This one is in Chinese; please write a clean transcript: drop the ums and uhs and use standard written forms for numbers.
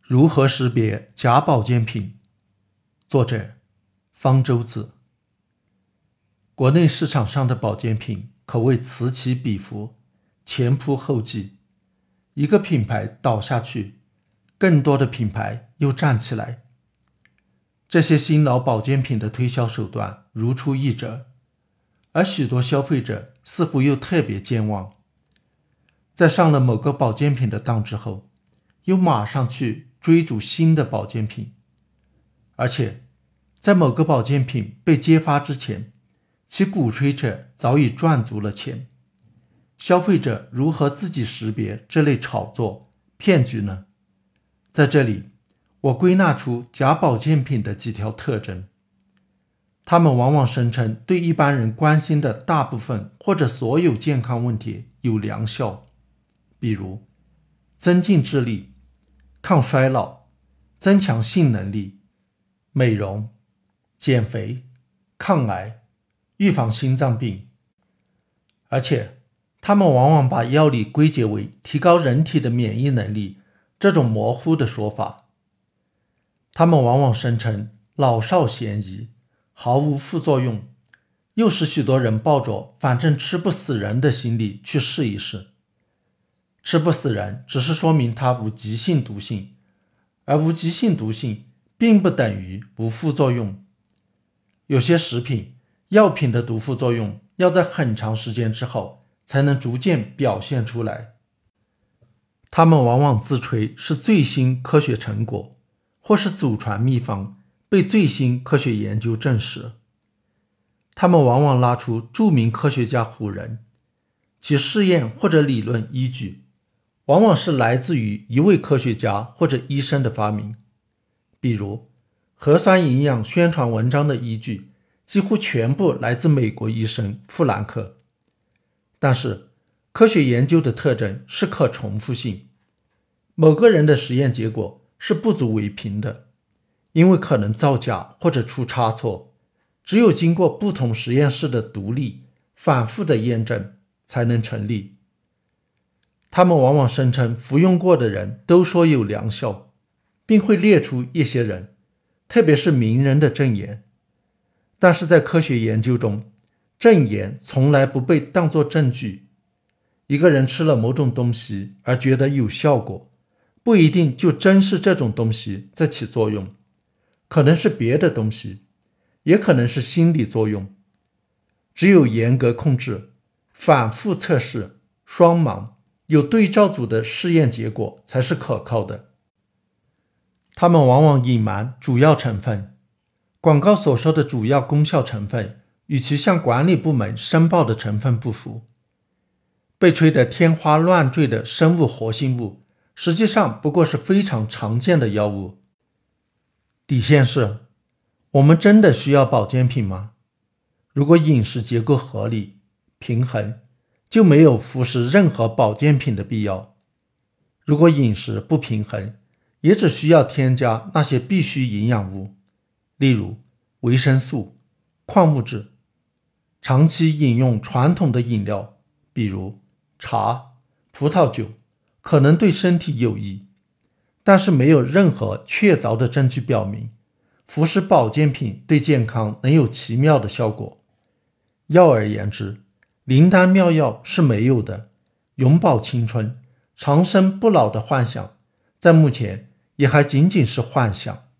如何识别假保健品？作者方舟子。国内市场上的保健品可谓此起彼伏，前仆后继，一个品牌倒下去，更多的品牌又站起来。这些新老保健品的推销手段如出一辙，而许多消费者似乎又特别健忘，在上了某个保健品的当之后，又马上去追逐新的保健品，而且在某个保健品被揭发之前，其鼓吹者早已赚足了钱。消费者如何自己识别这类炒作骗局呢？在这里，我归纳出假保健品的几条特征。他们往往声称对一般人关心的大部分或者所有健康问题有良效，比如增进智力、抗衰老、增强性能力、美容、减肥、抗癌、预防心脏病。而且他们往往把药理归结为提高人体的免疫能力这种模糊的说法。他们往往声称老少咸宜，毫无副作用，又使许多人抱着反正吃不死人的心理去试一试。吃不死人只是说明它无急性毒性，而无急性毒性并不等于无副作用。有些食品、药品的毒副作用要在很长时间之后才能逐渐表现出来。他们往往自吹是最新科学成果，或是祖传秘方，被最新科学研究证实。他们往往拉出著名科学家唬人，其试验或者理论依据往往是来自于一位科学家或者医生的发明。比如核酸营养宣传文章的依据几乎全部来自美国医生富兰克。但是科学研究的特征是可重复性，某个人的实验结果是不足为凭的，因为可能造假或者出差错，只有经过不同实验室的独立、反复的验证才能成立。他们往往声称服用过的人都说有疗效，并会列出一些人，特别是名人的证言。但是在科学研究中，证言从来不被当作证据。一个人吃了某种东西而觉得有效果，不一定就真是这种东西在起作用，可能是别的东西，也可能是心理作用。只有严格控制、反复测试、双盲、有对照组的试验结果才是可靠的。他们往往隐瞒主要成分，广告所说的主要功效成分与其向管理部门申报的成分不符。被吹得天花乱坠的生物活性物，实际上不过是非常常见的药物。底线是，我们真的需要保健品吗？如果饮食结构合理、平衡，就没有服食任何保健品的必要。如果饮食不平衡，也只需要添加那些必需营养物，例如维生素、矿物质。长期饮用传统的饮料，比如茶、葡萄酒，可能对身体有益，但是没有任何确凿的证据表明服食保健品对健康能有奇妙的效果。要而言之，灵丹妙药是没有的，永葆青春、长生不老的幻想，在目前也还仅仅是幻想。